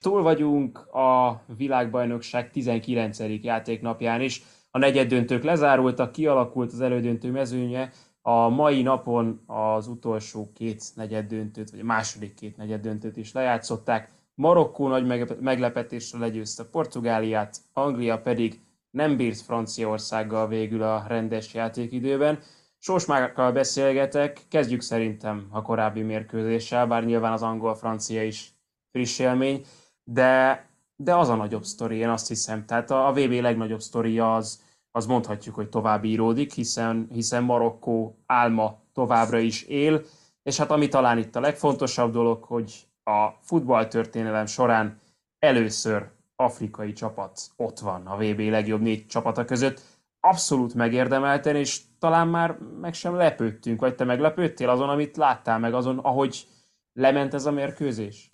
Túl vagyunk a világbajnokság 19. játéknapján is. A negyeddöntők lezárultak, kialakult az elődöntő mezőnye. A mai napon az utolsó két negyeddöntőt, vagy a második két negyeddöntőt is lejátszották. Marokkó nagy meglepetésre legyőzte Portugáliát, Anglia pedig nem bírt Franciaországgal végül a rendes játékidőben. Sósmákkal beszélgetek, kezdjük szerintem a korábbi mérkőzéssel, bár nyilván az angol-francia is friss élmény, de az a nagyobb sztori, én azt hiszem. Tehát a VB legnagyobb sztoria az mondhatjuk, hogy tovább íródik, hiszen Marokkó álma továbbra is él, és hát ami talán itt a legfontosabb dolog, hogy a futballtörténelem során először afrikai csapat ott van a VB legjobb 4 csapata között, abszolút megérdemelten, és talán már meg sem lepődtünk, vagy te meglepődtél azon, amit láttál, meg azon, ahogy lement ez a mérkőzés?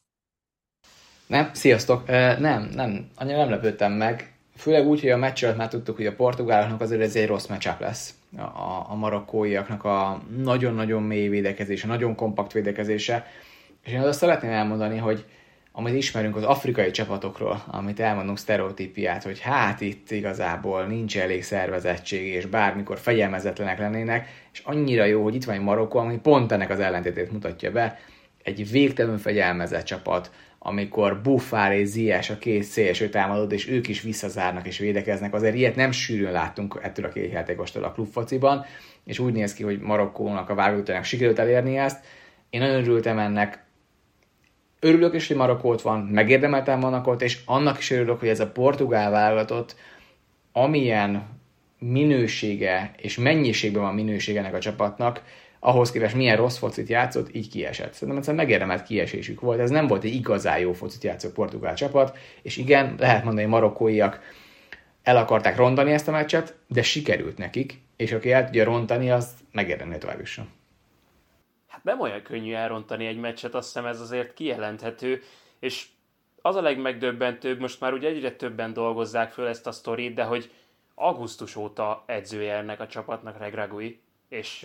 Nem, sziasztok! Annyira nem lepődtem meg. Főleg úgy, hogy a meccs előtt már tudtuk, hogy a portugáloknak azért ez egy rossz matchup lesz. A marokkóiaknak a nagyon-nagyon mély védekezése, nagyon kompakt védekezése. És én azt szeretném elmondani, hogy amit ismerünk az afrikai csapatokról, amit elmondunk sztereotípiát, hogy hát itt igazából nincs elég szervezettség, és bármikor fegyelmezetlenek lennének, és annyira jó, hogy itt van egy Marokkó, ami pont ennek az ellentétét mutatja be. Egy végtelenül fegyelmezett csapat, amikor Buffár és Ziyech a két szélső támadót, és ők is visszazárnak és védekeznek. Azért ilyet nem sűrűn láttunk ettől a két játékostól a klubfociban, és úgy néz ki, hogy Marokkónak a válogatottának sikerült elérni ezt. Én nagyon örültem ennek. Örülök is, hogy Marokkó ott van, megérdemelten vannak ott, és annak is örülök, hogy ez a portugál válogatott, amilyen minősége és mennyiségben van minősége ennek a csapatnak, ahhoz képest milyen rossz focit játszott, így kiesett. Szerintem egyszerűen megérdemelt kiesésük volt. Ez nem volt egy igazán jó focit játszó portugál csapat, és igen, lehet mondani, hogy marokkóiak el akarták rontani ezt a meccset, de sikerült nekik, és aki el tudja rontani, az megérdemli tovább is. Hát nem olyan könnyű elrontani egy meccset, azt hiszem ez azért kijelenthető, és az a legmegdöbbentőbb, most már ugye egyre többen dolgozzák föl ezt a sztorit, de hogy augusztus óta edzője ennek a csapatnak Regragui, és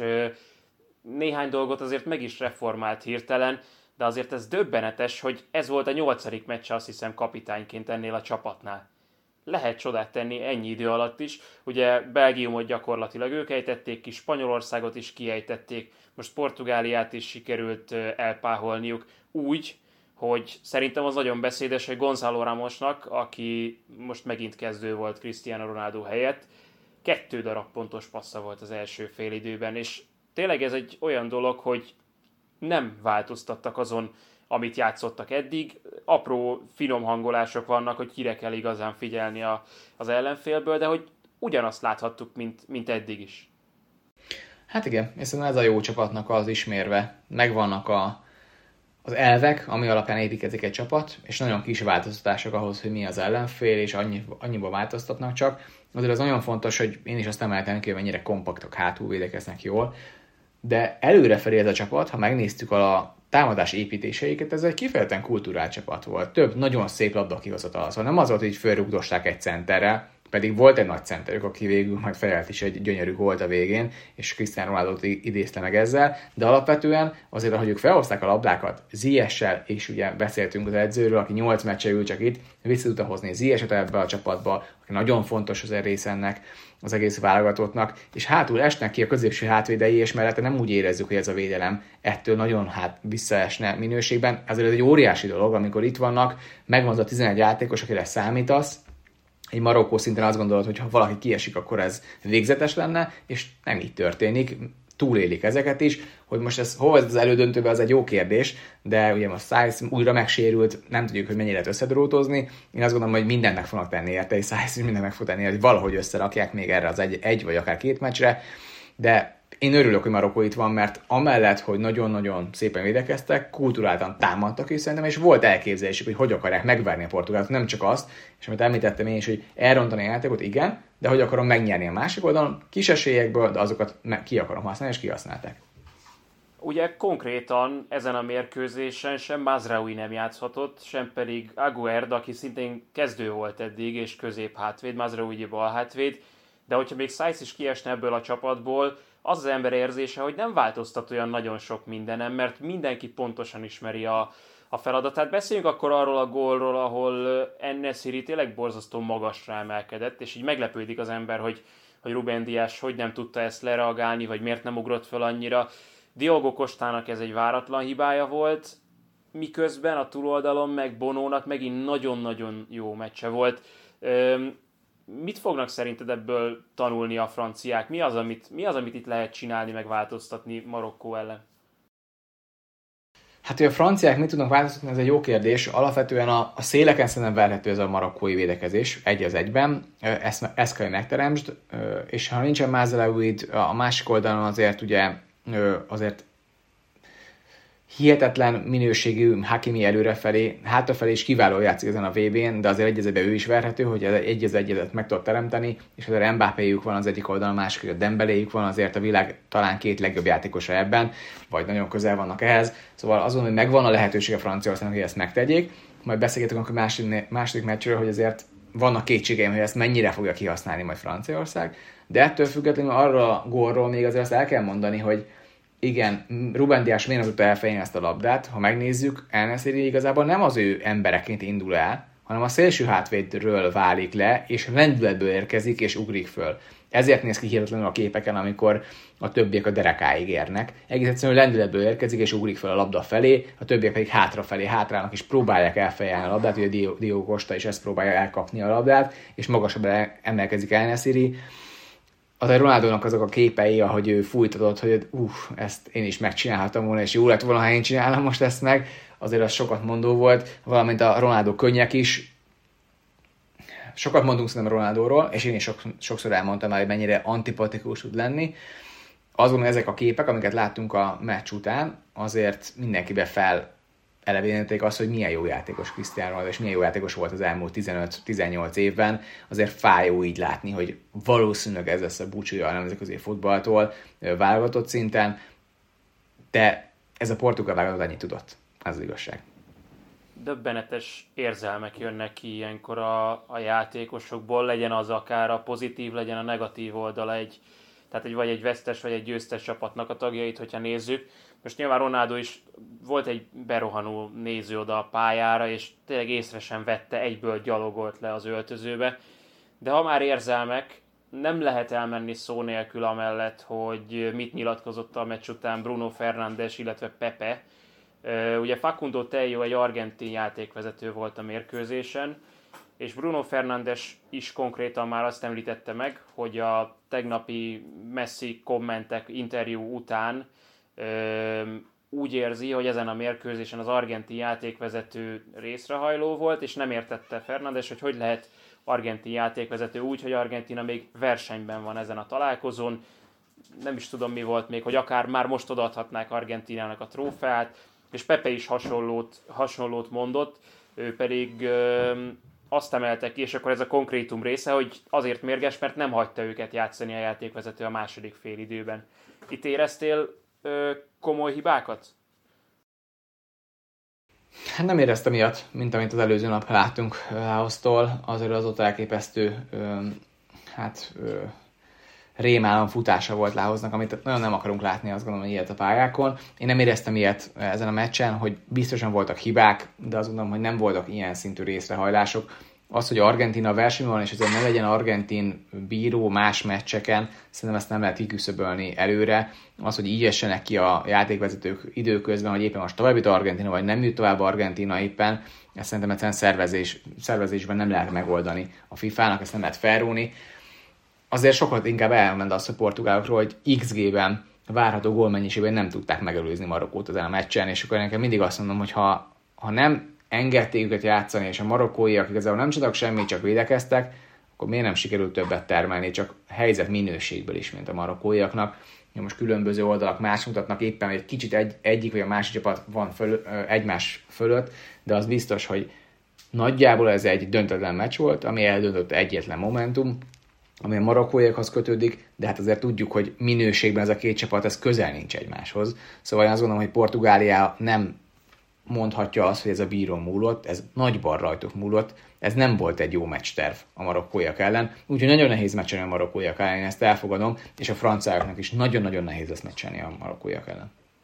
néhány dolgot azért meg is reformált hirtelen, de azért ez döbbenetes, hogy ez volt a 8. meccse, azt hiszem, kapitányként ennél a csapatnál. Lehet csodát tenni ennyi idő alatt is. Ugye Belgiumot gyakorlatilag ők ejtették ki, Spanyolországot is kiejtették, most Portugáliát is sikerült elpáholniuk úgy, hogy szerintem az nagyon beszédes, hogy Gonzalo Ramosnak, aki most megint kezdő volt Cristiano Ronaldo helyett, 2 darab pontos passza volt az első félidőben, és tényleg ez egy olyan dolog, hogy nem változtattak azon, amit játszottak eddig. Apró finom hangolások vannak, hogy kire kell igazán figyelni az ellenfélből, de hogy ugyanazt láthattuk, mint eddig is. Hát igen, és szerintem ez a jó csapatnak az ismérve. Megvannak az elvek, ami alapján építkezik egy csapat, és nagyon kis változtatások ahhoz, hogy mi az ellenfél, és annyiba változtatnak csak. Azért az nagyon fontos, hogy én is azt emeltem ki, hogy mennyire kompaktak, hátul védekeznek jól, de előrefelé ez a csapat, ha megnéztük a támadás építéseiket, ez egy kifejezetten kulturált csapat volt. Több nagyon szép labdakihozatal, szóval nem az volt, hogy fölrugdosták egy centerrel, pedig volt egy nagy centerük, aki végül majd felelt is egy gyönyörű gólt a végén, és Cristiano Ronaldo idézte meg ezzel, de alapvetően azért, ahogy ők felhozták a labdákat Ziyech-sel, és ugye beszéltünk az edzőről, aki 8 meccse ül csak itt, vissza tudta hozni Ziyech-et ebbe a csapatba, aki nagyon fontos az rész ennek az egész válogatottnak, és hátul esnek ki a középső hátvédei, és mellette nem úgy érezzük, hogy ez a védelem ettől nagyon visszaesne minőségben. Ezért ez egy óriási dolog, amikor itt vannak, megvan az a 11 játékos, akire számítasz, egy Marokkó szinten azt gondolod, hogy ha valaki kiesik, akkor ez végzetes lenne, és nem így történik, túlélik ezeket is, hogy most ez hova ez az elődöntőbe, az egy jó kérdés, de ugye most Sainz újra megsérült, nem tudjuk, hogy mennyire lehet összedrótozni. Én azt gondolom, hogy mindent meg fognak tenni érte, és Sainz is mindent meg fog tenni, hogy valahogy összerakják még erre az egy vagy akár 2 meccsre, de én örülök, hogy Marokkó itt van, mert amellett, hogy nagyon-nagyon szépen védekeztek, kulturáltan támadtak is szerintem, és volt elképzelésük, hogy akarják megverni a Portugált, nem csak azt, és amit említettem én is, hogy elrontani a játékot, igen, de hogy akarom megnyerni a másik oldalon, kis esélyekből, de azokat ki akarom használni, és kihasználták. Ugye konkrétan ezen a mérkőzésen sem Mazraoui nem játszhatott, sem pedig Aguerd, aki szintén kezdő volt eddig, és középhátvéd, Mazraoui balhátvéd, de hogyha még Sainz is kiesne ebből a csapatból, az ember érzése, hogy nem változtat olyan nagyon sok mindenem, mert mindenki pontosan ismeri a a feladatát. Beszéljünk akkor arról a gólról, ahol En-Nesyri tényleg borzasztó magasra emelkedett, és így meglepődik az ember, hogy Ruben Dias hogy nem tudta ezt lereagálni, vagy miért nem ugrott föl annyira. Diogo Costának ez egy váratlan hibája volt, miközben a túloldalon meg Bonónak megint nagyon-nagyon jó meccse volt. Mit fognak szerinted ebből tanulni a franciák? Mi az, amit itt lehet csinálni, meg változtatni Marokkó ellen? Hát, hogy a franciák mit tudnak változtatni, ez egy jó kérdés. Alapvetően a széleken szerintem verhető ez a marokkói védekezés, 1-1-ben. Ezt kell megteremtsd, és ha nincsen Mazraoui, a másik oldalon azért ugye azért hihetetlen minőségű Hakimi előrefelé, hátrafelé is kiváló játszik ezen a VB-n, de azért 1-1-ben ő is verhető, hogy 1-1-et meg tudott teremteni, és azért Mbappéjük van az egyik oldalon, a másik, a Dembeléjük van azért a világ talán 2 legjobb játékosa ebben, vagy nagyon közel vannak ehhez. Szóval azon, hogy megvan a lehetőség a Franciaországnak, hogy ezt megtegyék. Majd beszélgetünk akkor második meccsről, hogy azért vannak kétségeim, hogy ezt mennyire fogja kihasználni majd Franciaország, de ettől függetlenül arra a gólról még azért azt el kell mondani, hogy igen, Ruben Dias miért nem tudta elfejni ezt a labdát. Ha megnézzük, En-Nesyri igazából nem az ő embereként indul el, hanem a szélső hátvédről válik le, és lendületből érkezik, és ugrik föl. Ezért néz ki hihetetlenül a képeken, amikor a többiek a derekáig érnek. Egész egyszerűen lendületből érkezik, és ugrik föl a labda felé, a többiek pedig hátrafelé hátrálnak, és próbálják elfejelni a labdát, ugye Diogo Costa is ezt próbálja elkapni a labdát, és magasabbra emelkezik En-Nesyri. Az Ronaldónak azok a képei, ahogy ő fújtatott, hogy ezt én is megcsinálhatom volna, és jó lett volna, ha én csinálom most ezt meg, azért az sokat mondó volt, valamint a Ronaldo könnyek is. Sokat mondunk szerintem Ronaldóról, és én is sokszor elmondtam már, hogy mennyire antipatikus tud lenni. Azt gondolom, ezek a képek, amiket láttunk a meccs után, azért mindenkibe elevenítették azt, hogy milyen jó játékos Cristiano Ronaldo, és milyen jó játékos volt az elmúlt 15-18 évben. Azért fájó így látni, hogy valószínűleg ez lesz a búcsúja a nemzetközi futballtól válogatott szinten, de ez a portugál válogatott annyit tudott. Ez az igazság. Döbbenetes érzelmek jönnek ki ilyenkor a játékosokból, legyen az akár a pozitív, legyen a negatív oldala vagy egy vesztes, vagy egy győztes csapatnak a tagjait, hogyha nézzük. Most nyilván Ronaldo is volt egy berohanó néző oda a pályára, és tényleg észre sem vette, egyből gyalogolt le az öltözőbe. De ha már érzelmek, nem lehet elmenni szó nélkül amellett, hogy mit nyilatkozott a meccs után Bruno Fernandes, illetve Pepe. Ugye Facundo Tello egy argentin játékvezető volt a mérkőzésen, és Bruno Fernandes is konkrétan már azt említette meg, hogy a tegnapi Messi kommentek interjú után úgy érzi, hogy ezen a mérkőzésen az argentin játékvezető részrehajló volt, és nem értette Fernandes, hogy lehet argentin játékvezető úgy, hogy Argentína még versenyben van ezen a találkozón. Nem is tudom, mi volt még, hogy akár már most odaadhatnák Argentínának a trófeát, és Pepe is hasonlót mondott, ő pedig azt emelte ki, és akkor ez a konkrétum része, hogy azért mérges, mert nem hagyta őket játszani a játékvezető a második félidőben. Itt éreztél komoly hibákat? Hát nem éreztem ilyet, mint amit az előző nap láttunk Laosztól. Azért az ott elképesztő rémálom futása volt Laosznak, amit nagyon nem akarunk látni, azt gondolom, hogy ilyet a pályákon. Én nem éreztem ilyet ezen a meccsen, hogy biztosan voltak hibák, de azt gondolom, hogy nem voltak ilyen szintű részrehajlások. Az, hogy Argentína versenyben van, és azért ne legyen argentin bíró más meccseken, szerintem ezt nem lehet kiküszöbölni előre. Az, hogy így essenek ki a játékvezetők időközben, hogy éppen most tovább jut Argentína, vagy nem jut tovább Argentína éppen, ezt szerintem egyszerűen szervezésben nem lehet megoldani a FIFA-nak, ezt nem lehet felrúni. Azért sokat inkább elment azt a portugálokról, hogy XG-ben várható gólmennyiségben nem tudták megelőzni Marokkót ezen a meccsen, és akkor nekem mindig azt mondom, hogy ha nem engedték őket játszani, és a marokkóiak igazából nem csináltak semmit, csak védekeztek, akkor miért nem sikerült többet termelni, csak helyzet minőségből is, mint a marokkóiaknak. Most különböző oldalak más mutatnak, éppen egy kicsit egyik vagy a másik csapat van egymás fölött, de az biztos, hogy nagyjából ez egy döntetlen meccs volt, ami eldöntött egyetlen momentum, ami a marokkóiakhoz kötődik, de hát azért tudjuk, hogy minőségben ez a két csapat ez közel nincs egymáshoz. Szóval én azt gondolom, hogy Portugália nem mondhatja azt, hogy ez a bíró múlott, ez nagyban rajtuk múlott, ez nem volt egy jó meccsterv a marokkóiak ellen, úgyhogy nagyon nehéz meccselni a marokkóiak ellen, én ezt elfogadom, és a franciáknak is nagyon-nagyon nehéz lesz meccselni a marokkóiak ellen.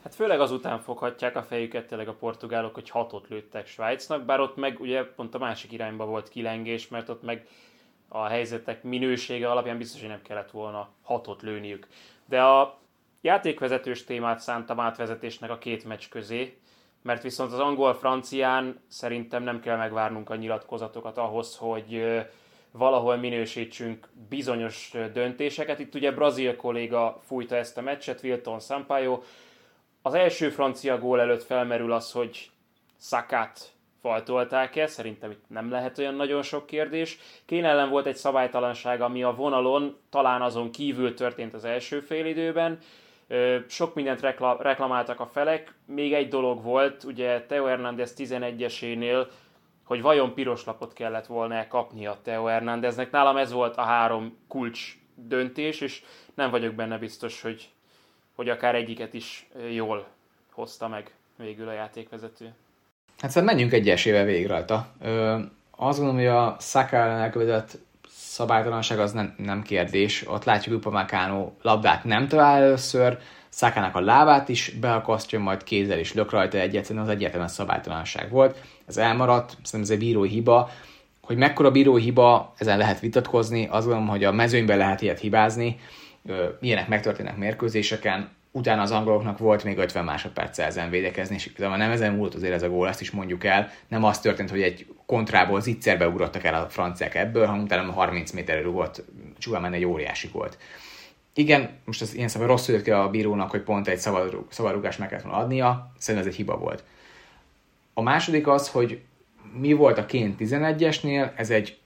Hát főleg azután foghatják a fejüket tényleg a portugálok, hogy 6-ot lőttek Svájcnak, bár ott meg ugye pont a másik irányba volt kilengés, mert ott meg a helyzetek minősége alapján biztos, hogy nem kellett volna 6-ot lőniük. De a játékvezetős témát szántam átvezetésnek a két meccs közé, mert viszont az angol-francián szerintem nem kell megvárnunk a nyilatkozatokat ahhoz, hogy valahol minősítsünk bizonyos döntéseket. Itt ugye brazil kolléga fújta ezt a meccset, Wilton Sampaio. Az első francia gól előtt felmerül az, hogy Sakát faltolták-e, szerintem itt nem lehet olyan nagyon sok kérdés. Kane ellen volt egy szabálytalanság, ami a vonalon, talán azon kívül történt az első félidőben. Sok mindent reklamáltak a felek. Még egy dolog volt, ugye Theo Hernández 11-esénél, hogy vajon piros lapot kellett volna kapnia Theo Hernándeznek. Nálam ez volt a 3 kulcs döntés, és nem vagyok benne biztos, hogy akár egyiket is jól hozta meg végül a játékvezető. Hát szóval menjünk egyesével végig rajta. Azt gondolom, hogy a Saka ellen elkövetett szabálytalanság az nem kérdés. Ott látjuk, Upamecano labdát nem talál először, Sakának a lábát is beakasztja, majd kézzel is lök rajta egyet, az egyértelműen szabálytalanság volt. Ez elmaradt, szerintem ez egy bírói hiba. Hogy mekkora bírói hiba, ezen lehet vitatkozni. Azt gondolom, hogy a mezőnyben lehet ilyet hibázni. Ilyenek megtörténnek mérkőzéseken. Utána az angoloknak volt még 50 másodperccel ezen védekezni, és igazából nem ezen múlt azért ez a gól, ezt is mondjuk el. Nem az történt, hogy egy kontrából zicserbe ugrottak el a franciák ebből, hanem utána 30 méterre rúgott Tchouaméni egy óriási gólt. Igen, most az ilyen szabad rosszul jött ki a bírónak, hogy pont egy szabadrúgást meg kellett volna adnia, szerintem ez egy hiba volt. A második az, hogy mi volt a Kane 11-esnél, ez egy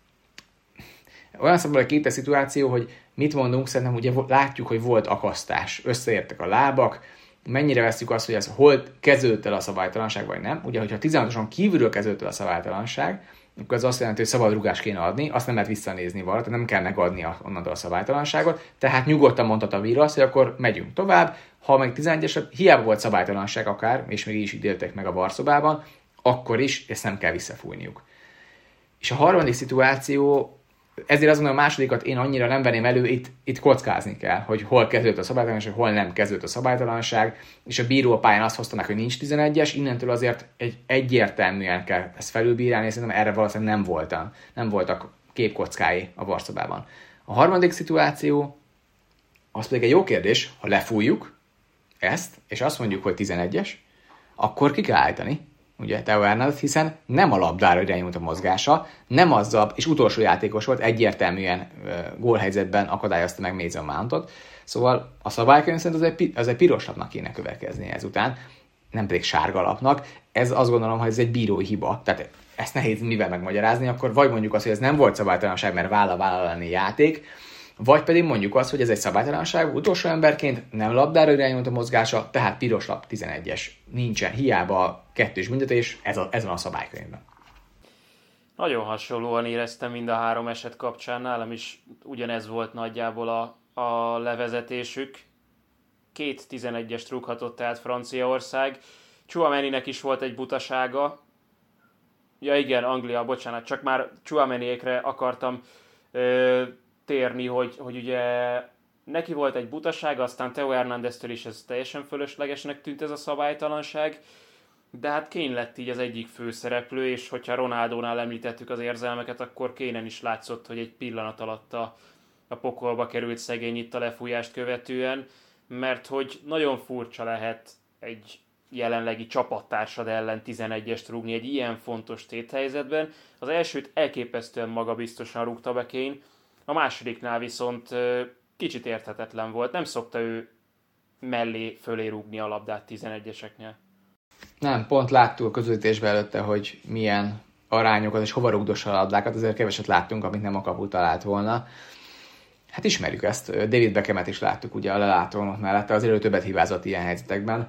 olyan szabad a szituáció, hogy mit mondunk, szerintem ugye látjuk, hogy volt akasztás, összeértek a lábak, mennyire veszük azt, hogy ez hol kezdődött el a szabálytalanság, vagy nem. Ugye, hogyha 16-oson kívülről kezdődött el a szabálytalanság, akkor az azt jelenti, hogy szabad rúgást kéne adni, azt nem lehet visszanézni valahogy, tehát nem kell megadni onnantól a szabálytalanságot, tehát nyugodtan mondhat a vírasz, hogy akkor megyünk tovább, ha meg 11-es, hiába volt szabálytalanság akár, és még így is ítéltek meg a varszobában, akkor is ezt nem kell visszafújniuk. És a harmadik szituáció, ezért azt mondom, a másodikat én annyira nem venném elő, itt kockázni kell, hogy hol kezdődött a szabálytalanság, hol nem kezdődött a szabálytalanság, és a bíró a pályán azt hozta meg, hogy nincs 11-es, innentől azért egyértelműen kell ezt felülbírálni, és szerintem erre valószínűleg nem voltak képkockái a varszobában. A harmadik szituáció, az pedig egy jó kérdés, ha lefújjuk ezt, és azt mondjuk, hogy 11-es, akkor ki kell állítani, ugye Theo Hernández, hiszen nem a labdára irányult a mozgása, nem azzal, és utolsó játékos volt, egyértelműen gólhelyzetben akadályozta meg Mason Mountot, szóval a szabálykönyv szerint az egy piros lapnak kéne következni ezután, nem pedig sárga lapnak. Ez azt gondolom, hogy ez egy bírói hiba, tehát ezt nehéz mivel megmagyarázni, akkor vagy mondjuk azt, hogy ez nem volt szabálytalanság, mert vállalni játék, vagy pedig mondjuk azt, hogy ez egy szabálytalanság, utolsó emberként nem labdára irányult a mozgása, tehát piros lap 11-es nincsen, hiába kettős büntetés, ez van a szabálykönyvben. Nagyon hasonlóan éreztem mind a 3 eset kapcsán, nálam is ugyanez volt nagyjából a levezetésük. 2 11-est rúghatott át Franciaország, Tchouaméninek is volt egy butasága. Ja igen, Anglia, bocsánat, csak már Tchouaméniékre akartam térni, hogy ugye neki volt egy butasága, aztán Theo Hernándeztől is ez teljesen fölöslegesnek tűnt ez a szabálytalanság, de hát Kane lett így az egyik főszereplő, és hogyha Ronaldónál említettük az érzelmeket, akkor Kane-en is látszott, hogy egy pillanat alatt a pokolba került szegény itt a lefújást követően, mert hogy nagyon furcsa lehet egy jelenlegi csapattársad ellen 11-est rúgni egy ilyen fontos téthelyzetben. Az elsőt elképesztően magabiztosan rúgta be Kane, a másodiknál viszont kicsit érthetetlen volt. Nem szokta ő fölé rúgni a labdát 11-eseknél. Nem, pont láttuk a közvetítésben előtte, hogy milyen arányokat és hova rúgdossa a labdákat, azért keveset láttunk, amit nem a kapu talált volna. Hát ismerjük ezt. David Beckhamet is láttuk ugye a lelátónok mellette, azért ő többet hibázott ilyen helyzetekben.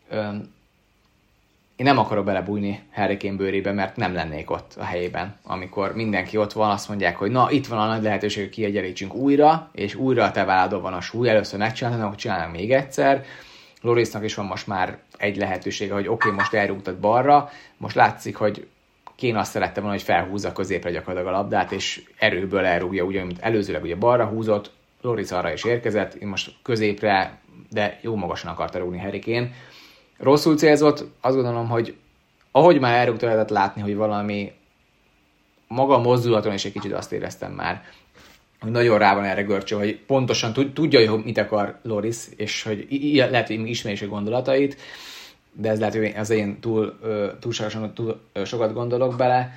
Én nem akarok belebújni Harry Kane bőrébe, mert nem lennék ott a helyében. Amikor mindenki ott van, azt mondják, hogy na, itt van a nagy lehetőség, hogy kiegyenlítsünk újra, és újra a te válladon van a súly, először megcsinálnak, hogy csinálnak még egyszer. Lorisnak is van most már egy lehetősége, hogy oké, most elrúgtad balra, most látszik, hogy Kane azt szerette volna, hogy felhúzza középre gyakorlatilag a labdát, és erőből elrúgja, ugye, mint előzőleg ugye balra húzott, Loris arra is érkezett, most középre de jó magasan akarta rúgni Harry Kane. Rosszul célzott, azt gondolom, hogy ahogy már elrúgta, lehetett látni, hogy valami maga a mozdulaton is egy kicsit azt éreztem már, hogy nagyon rá van erre görcső, hogy pontosan tudja, hogy mit akar Loris, és hogy lehet, hogy ismeri is a gondolatait, de ez lehet, hogy az én túlságosan sokat gondolok bele.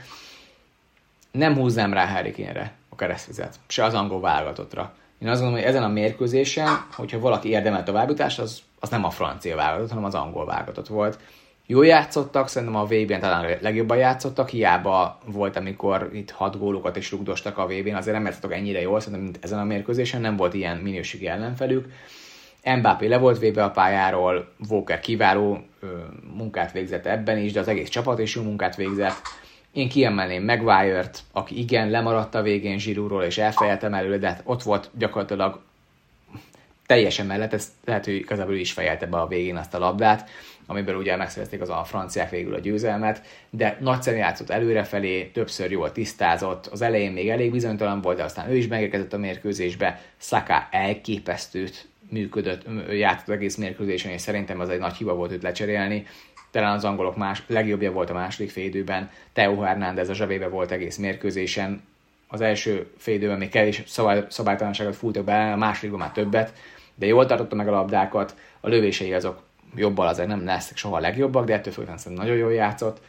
Nem húznám rá Harry Kane-re a keresztvizet, se az angol válogatottra. Én azt gondolom, hogy ezen a mérkőzésen, hogyha valaki érdemel továbbjutást, az nem a francia válogatott, hanem az angol válogatott volt. Jól játszottak, szerintem a VB-n talán legjobban játszottak, hiába volt, amikor itt 6 gólokat is rugdostak a VB-n, azért nem játszottak ennyire jól, szerintem, mint ezen a mérkőzésen, nem volt ilyen minőségi ellenfelük. Mbappé le volt véve a pályáról, Walker kiváló munkát végzett ebben is, de az egész csapat is jó munkát végzett. Én kiemelném Maguire-t, aki igen, lemaradt a végén Giroudról, és elfejeltem előle, de hát ott volt gyakorlatilag teljesen mellett, ez lehet, hogy igazából ő is fejelte be a végén azt a labdát, amiből ugye megszerezték a franciák végül a győzelmet, de nagyszerűen játszott előrefelé, többször jól tisztázott, az elején még elég bizonytalan volt, de aztán ő is megérkezett a mérkőzésbe, Saka elképesztőt működött, játszott egész mérkőzésen, és szerintem az egy nagy hiba volt őt lecserélni. Talán az angolok legjobbja volt a második félidőben, Theo Hernández a zsebébe volt egész mérkőzésen, az első félidőben még kevés szabálytalanságot fújtak be, a másodikban már többet, de jól tartotta meg a labdákat, a lövései azok jobbal azért nem lesznek soha a legjobbak, de ettől függetlenül nagyon jól játszott,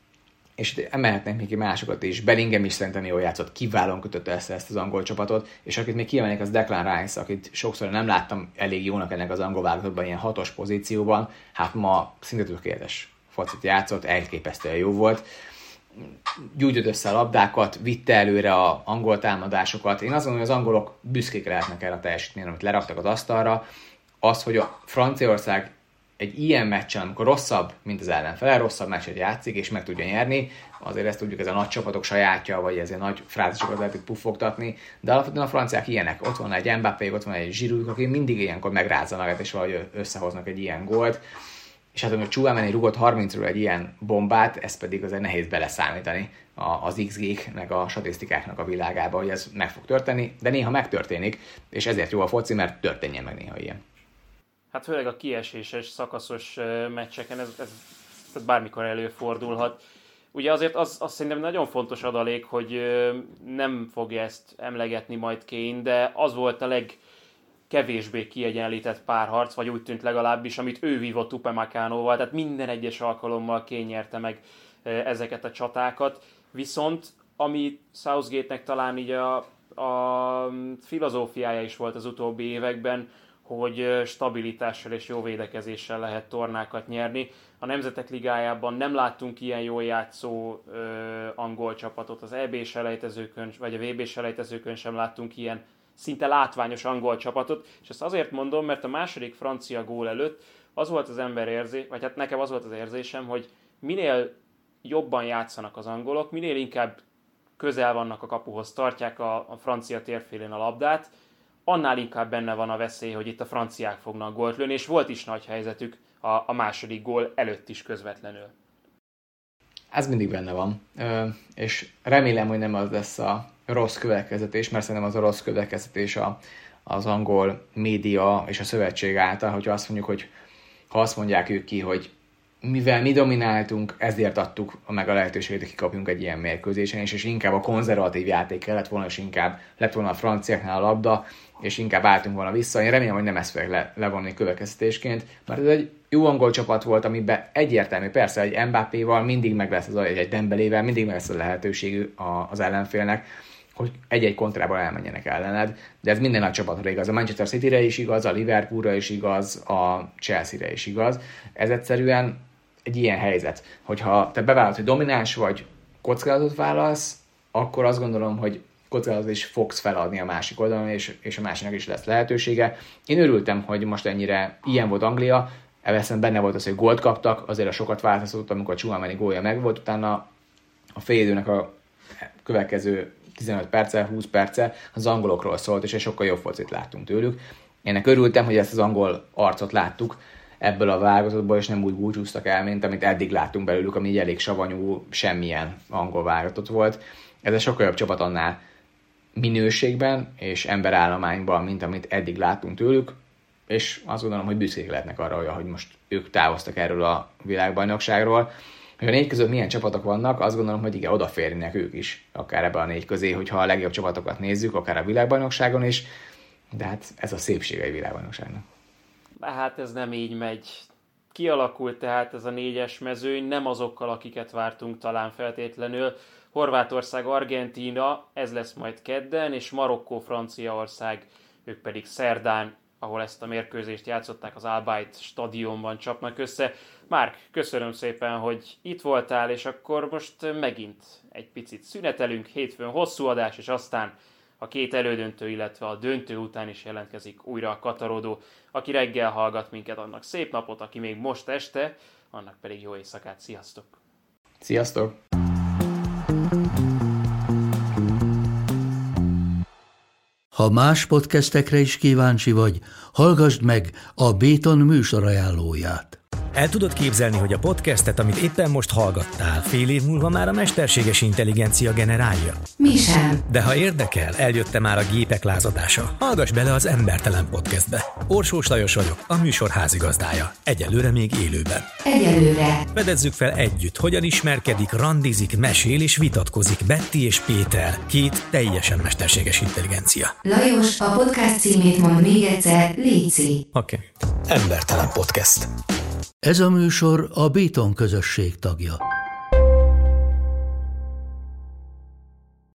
és emelhetnek még másokat is. Bellingham is szerintem jól játszott, kiválóan kötötte ezt az angol csapatot, és akit még kiemelnék, az Declan Rice, akit sokszor nem láttam elég jónak ennek az angol válogatottban, ilyen 6-os pozícióban, hát ma szinte tökéletes focit játszott, elképesztően jó volt. Gyújtott össze a labdákat, vitte előre az angol támadásokat. Én azt gondolom, hogy az angolok büszkék lehetnek erre a teljesítményre, amit leraktak az asztalra. Az, hogy a Franciaország egy ilyen meccsen, amikor rosszabb, mint az ellenfele, rosszabb meccset játszik, és meg tudja nyerni, azért ezt tudjuk, ez a nagy csapatok sajátja, vagy ezért nagy frázisokat lehet itt puffogtatni, de alapvetően a franciák ilyenek. Ott van egy Mbappé, ott van egy Giroud, aki mindig ilyenkor megrázza magát, és valahogy összehoznak egy ilyen gólt. És hát, amikor Tchouaméni rugott 30-ról egy ilyen bombát, ez pedig azért nehéz beleszámítani az XG-k, meg a statisztikáknak a világába, hogy ez meg fog történni, de néha megtörténik, és ezért jó a foci, mert történjen meg néha ilyen. Hát főleg a kieséses, szakaszos meccseken ez bármikor előfordulhat. Ugye azért az szerintem nagyon fontos adalék, hogy nem fogja ezt emlegetni majd Kane, de az volt a legkevésbé kiegyenlített párharc, vagy úgy tűnt legalábbis, amit ő vívott Upamecanoval, tehát minden egyes alkalommal Kane nyerte meg ezeket a csatákat. Viszont ami Southgate-nek talán így a filozófiája is volt az utóbbi években, hogy stabilitással és jó védekezéssel lehet tornákat nyerni. A Nemzetek Ligájában nem láttunk ilyen jól játszó angol csapatot, az EB-selejtezőkön, vagy a VB-selejtezőkön sem láttunk ilyen szinte látványos angol csapatot, és ezt azért mondom, mert a második francia gól előtt az volt az vagy hát nekem az volt az érzésem, hogy minél jobban játszanak az angolok, minél inkább közel vannak a kapuhoz, tartják a francia térfélén a labdát, annál inkább benne van a veszély, hogy itt a franciák fognak gólt lőni, és volt is nagy helyzetük a második gól előtt is közvetlenül. Ez mindig benne van, és remélem, hogy nem az lesz a rossz következtetés, mert szerintem az a rossz következtetés az angol média és a szövetség által, hogyha azt mondjuk, hogy ha azt mondják ők ki, hogy mivel mi domináltunk, ezért adtuk meg a lehetőséget, hogy kikapjunk egy ilyen mérkőzésen, és inkább a konzervatív játék lett volna, és inkább lett volna a franciáknál a labda, és inkább álltunk volna vissza. Én remélem, hogy nem ezt fogják levonni következtetésként, mert ez egy jó angol csapat volt, amiben egyértelmű, persze egy Mbappéval mindig meg lesz egy Dembelével, mindig meg lesz a lehetőség az ellenfélnek, hogy egy-egy kontrában elmenjenek ellened, de ez minden nagy csapatra igaz. A Manchester Cityre is igaz, a Liverpoolra is igaz, a Chelsea-re is igaz. Ez egyszerűen egy ilyen helyzet, hogyha te bevállalod, hogy domináns vagy, kockázatot válasz, akkor azt gondolom, hogy kockázatot is fogsz feladni a másik oldalon, és a másiknak is lesz lehetősége. Én örültem, hogy most ennyire ilyen volt Anglia, ebben benne volt az, hogy gólt kaptak, azért a sokat változott, amikor Tchouaméni gólja megvolt, utána a félidőnek a következő 15 perce, 20 perce az angolokról szólt, és egy sokkal jobb focit láttunk tőlük. Ennek örültem, hogy ezt az angol arcot láttuk ebből a válogatottból, és nem úgy búcsúztak el, mint amit eddig láttunk belőlük, ami egy elég savanyú, semmilyen angol válogatott volt. Ez egy sokkal jobb csapat annál minőségben és emberállományban, mint amit eddig láttunk tőlük, és azt gondolom, hogy büszkék lehetnek arra, hogy most ők távoztak erről a világbajnokságról. Hogy a 4 között milyen csapatok vannak, azt gondolom, hogy igen, odaférnek ők is, akár ebben a 4 közé, hogyha a legjobb csapatokat nézzük, akár a világbajnokságon is, de hát ez a szépsége egy világbajnokságnak. Hát ez nem így megy. Kialakult tehát ez a 4-es mezőny, nem azokkal, akiket vártunk talán feltétlenül. Horvátország, Argentína, ez lesz majd kedden, és Marokkó, Franciaország, ők pedig szerdán, ahol ezt a mérkőzést játszották, az Al Bayt stadionban csapnak össze. Márk, köszönöm szépen, hogy itt voltál, és akkor most megint egy picit szünetelünk, hétfőn hosszú adás, és aztán a 2 elődöntő, illetve a döntő után is jelentkezik újra a Katarodó. Aki reggel hallgat minket, annak szép napot, aki még most este, annak pedig jó éjszakát. Sziasztok! Sziasztok! Ha más podcastekre is kíváncsi vagy, hallgassd meg a Béton műsor ajánlóját. El tudod képzelni, hogy a podcastet, amit éppen most hallgattál, fél év múlva már a mesterséges intelligencia generálja? Mi sem. De ha érdekel, eljött már a gépek lázadása. Hallgass bele az Embertelen Podcastbe. Orsós Lajos vagyok, a műsor házigazdája. Egyelőre még élőben. Egyelőre. Fedezzük fel együtt, hogyan ismerkedik, randizik, mesél és vitatkozik Betty és Péter, 2 teljesen mesterséges intelligencia. Lajos, a podcast címét mond még egyszer, léci. Oké. Embertelen Podcast. Ez a műsor a Béton közösség tagja.